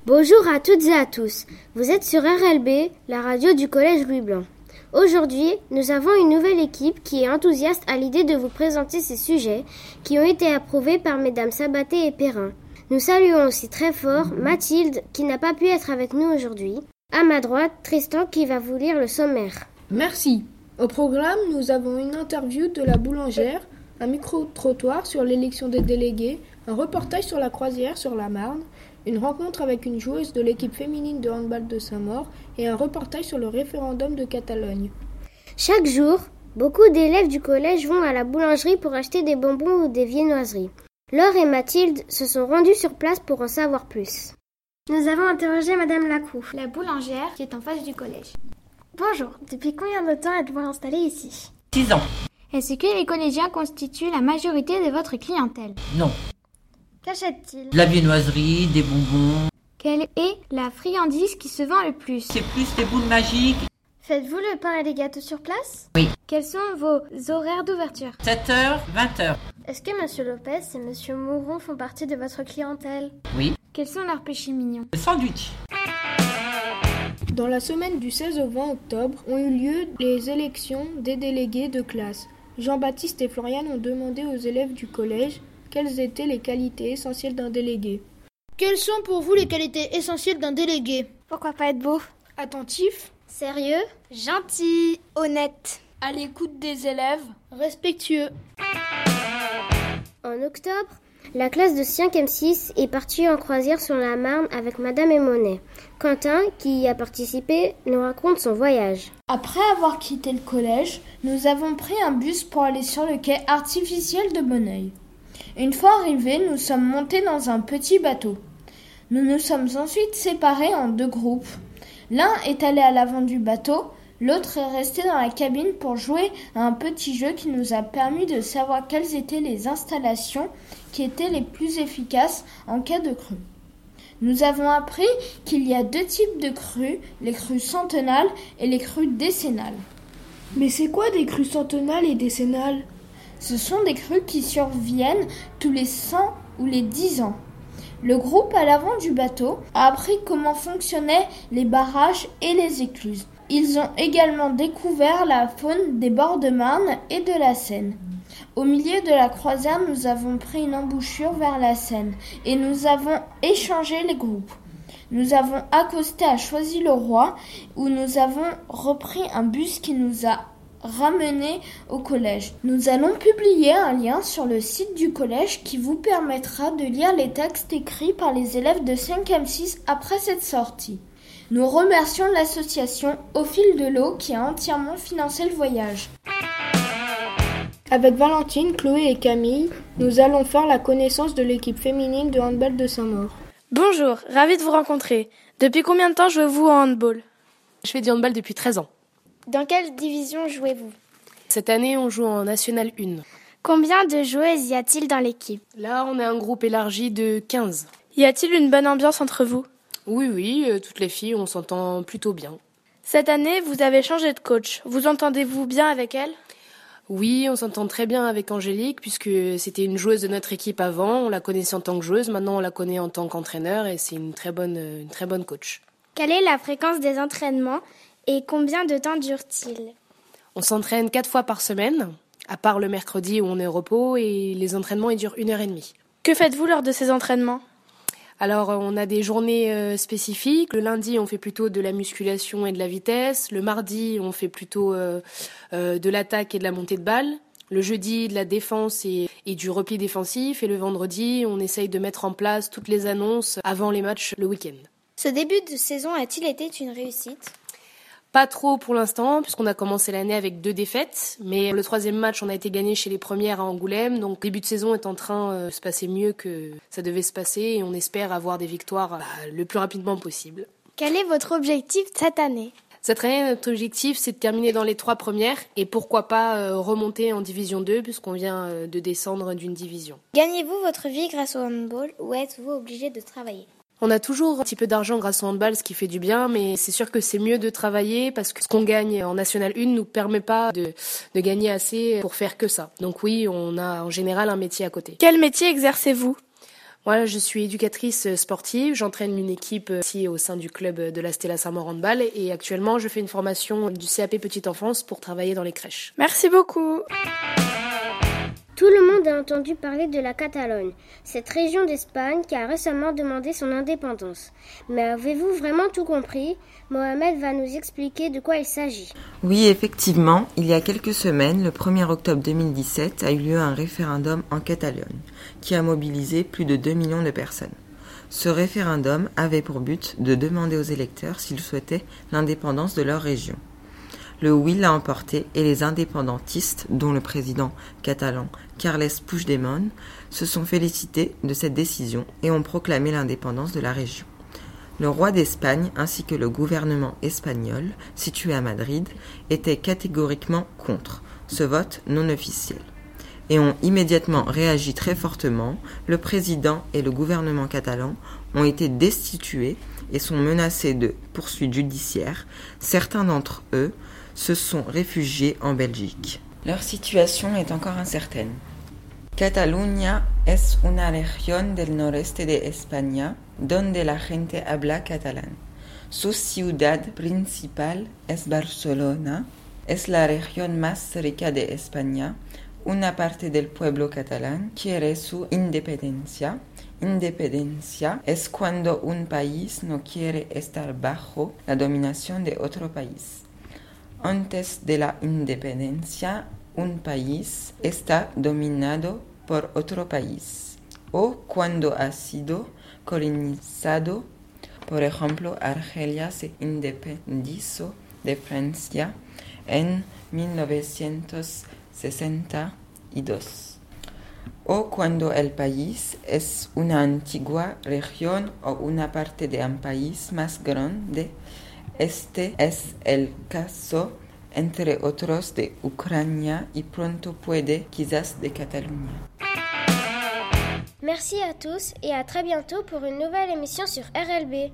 Bonjour à toutes et à tous. Vous êtes sur RLB, la radio du Collège Louis Blanc. Aujourd'hui, nous avons une nouvelle équipe qui est enthousiaste à l'idée de vous présenter ces sujets qui ont été approuvés par mesdames Sabaté et Perrin. Nous saluons aussi très fort Mathilde qui n'a pas pu être avec nous aujourd'hui. À ma droite, Tristan qui va vous lire le sommaire. Merci. Au programme, nous avons une interview de la boulangère, un micro-trottoir sur l'élection des délégués, un reportage sur la croisière sur la Marne, une rencontre avec une joueuse de l'équipe féminine de handball de Saint-Maur et un reportage sur le référendum de Catalogne. Chaque jour, beaucoup d'élèves du collège vont à la boulangerie pour acheter des bonbons ou des viennoiseries. Laure et Mathilde se sont rendues sur place pour en savoir plus. Nous avons interrogé Madame Lacroux, la boulangère qui est en face du collège. Bonjour, depuis combien de temps êtes-vous installée ici ? 6 ans. Est-ce que les collégiens constituent la majorité de votre clientèle ? Non. Qu'achètent-ils ? De la viennoiserie, des bonbons. Quelle est la friandise qui se vend le plus ? C'est plus les boules magiques. Faites-vous le pain et les gâteaux sur place ? Oui. Quels sont vos horaires d'ouverture ? 7h, 20h. Est-ce que Monsieur Lopez et Monsieur Mouron font partie de votre clientèle ? Oui. Quels sont leurs péchés mignons ? Le sandwich. Dans la semaine du 16 au 20 octobre ont eu lieu les élections des délégués de classe. Jean-Baptiste et Floriane ont demandé aux élèves du collège quelles étaient les qualités essentielles d'un délégué. Quelles sont pour vous les qualités essentielles d'un délégué ? Pourquoi pas être beau ? Attentif, Sérieux ? Gentil ? Honnête ? À l'écoute des élèves, respectueux. En octobre, la classe de 5e 6 est partie en croisière sur la Marne avec Madame Emonet. Quentin, qui y a participé, nous raconte son voyage. Après avoir quitté le collège, nous avons pris un bus pour aller sur le quai artificiel de Bonneuil. Une fois arrivés, nous sommes montés dans un petit bateau. Nous nous sommes ensuite séparés en 2 groupes. L'un est allé à l'avant du bateau, l'autre est resté dans la cabine pour jouer à un petit jeu qui nous a permis de savoir quelles étaient les installations qui étaient les plus efficaces en cas de crue. Nous avons appris qu'il y a 2 types de crues, les crues centennales et les crues décennales. Mais c'est quoi des crues centennales et décennales ? Ce sont des crues qui surviennent tous les 100 ou les 10 ans. Le groupe à l'avant du bateau a appris comment fonctionnaient les barrages et les écluses. Ils ont également découvert la faune des bords de Marne et de la Seine. Au milieu de la croisière, nous avons pris une embouchure vers la Seine et nous avons échangé les groupes. Nous avons accosté à Choisy-le-Roi où nous avons repris un bus qui nous a ramenés au collège. Nous allons publier un lien sur le site du collège qui vous permettra de lire les textes écrits par les élèves de 5e 6 après cette sortie. Nous remercions l'association Au fil de l'eau qui a entièrement financé le voyage. Avec Valentine, Chloé et Camille, nous allons faire la connaissance de l'équipe féminine de handball de Saint-Maur. Bonjour, ravie de vous rencontrer. Depuis combien de temps jouez-vous au handball ? Je fais du handball depuis 13 ans. Dans quelle division jouez-vous ? Cette année, on joue en National 1. Combien de joueuses y a-t-il dans l'équipe ? Là, on est un groupe élargi de 15. Y a-t-il une bonne ambiance entre vous ? Oui, toutes les filles, on s'entend plutôt bien. Cette année, vous avez changé de coach. Vous entendez-vous bien avec elle ? Oui, on s'entend très bien avec Angélique puisque c'était une joueuse de notre équipe avant. On la connaissait en tant que joueuse, maintenant on la connaît en tant qu'entraîneur et c'est une très bonne coach. Quelle est la fréquence des entraînements et combien de temps dure-t-il ? On s'entraîne 4 fois par semaine, à part le mercredi où on est au repos et les entraînements ils durent 1h30. Que faites-vous lors de ces entraînements ? Alors, on a des journées spécifiques. Le lundi, on fait plutôt de la musculation et de la vitesse. Le mardi, on fait plutôt de l'attaque et de la montée de balle. Le jeudi, de la défense et du repli défensif. Et le vendredi, on essaye de mettre en place toutes les annonces avant les matchs le week-end. Ce début de saison a-t-il été une réussite ? Pas trop pour l'instant, puisqu'on a commencé l'année avec 2 défaites. Mais le 3e match, on a été gagné chez les premières à Angoulême. Donc, le début de saison est en train de se passer mieux que ça devait se passer. Et on espère avoir des victoires le plus rapidement possible. Quel est votre objectif cette année ? Cette année, notre objectif, c'est de terminer dans les 3 premières. Et pourquoi pas remonter en Division 2, puisqu'on vient de descendre d'une division. Gagnez-vous votre vie grâce au handball ou êtes-vous obligé de travailler ? On a toujours un petit peu d'argent grâce au handball, ce qui fait du bien, mais c'est sûr que c'est mieux de travailler parce que ce qu'on gagne en National 1 nous permet pas de gagner assez pour faire que ça. Donc oui, on a en général un métier à côté. Quel métier exercez-vous ? Voilà, je suis éducatrice sportive, j'entraîne une équipe ici au sein du club de la Stella Saint-Maur Handball et actuellement je fais une formation du CAP Petite Enfance pour travailler dans les crèches. Merci beaucoup. Tout le monde a entendu parler de la Catalogne, cette région d'Espagne qui a récemment demandé son indépendance. Mais avez-vous vraiment tout compris ? Mohamed va nous expliquer de quoi il s'agit. Oui, effectivement, il y a quelques semaines, le 1er octobre 2017, a eu lieu un référendum en Catalogne, qui a mobilisé plus de 2 millions de personnes. Ce référendum avait pour but de demander aux électeurs s'ils souhaitaient l'indépendance de leur région. Le oui l'a emporté et les indépendantistes, dont le président catalan Carles Puigdemont, se sont félicités de cette décision et ont proclamé l'indépendance de la région. Le roi d'Espagne ainsi que le gouvernement espagnol, situé à Madrid, étaient catégoriquement contre ce vote non officiel et ont immédiatement réagi très fortement. Le président et le gouvernement catalan ont été destitués et sont menacés de poursuites judiciaires. Certains d'entre eux se sont réfugiés en Belgique. Leur situation est encore incertaine. Cataluña es una región del noreste de España donde la gente habla catalán. Su ciudad principal es Barcelona. Es la región más rica de España. Una parte del pueblo catalán quiere su independencia. Independencia es cuando un país no quiere estar bajo la dominación de otro país. Antes de la independencia, un país está dominado por otro país. O cuando ha sido colonizado, por ejemplo, Argelia se independizó de Francia en 1962. O cuando el país es una antigua región o una parte de un país más grande. Este es el caso, entre otros, de Ucrania y pronto puede, quizás, de Cataluña. Merci à tous et à très bientôt pour une nouvelle émission sur RLB.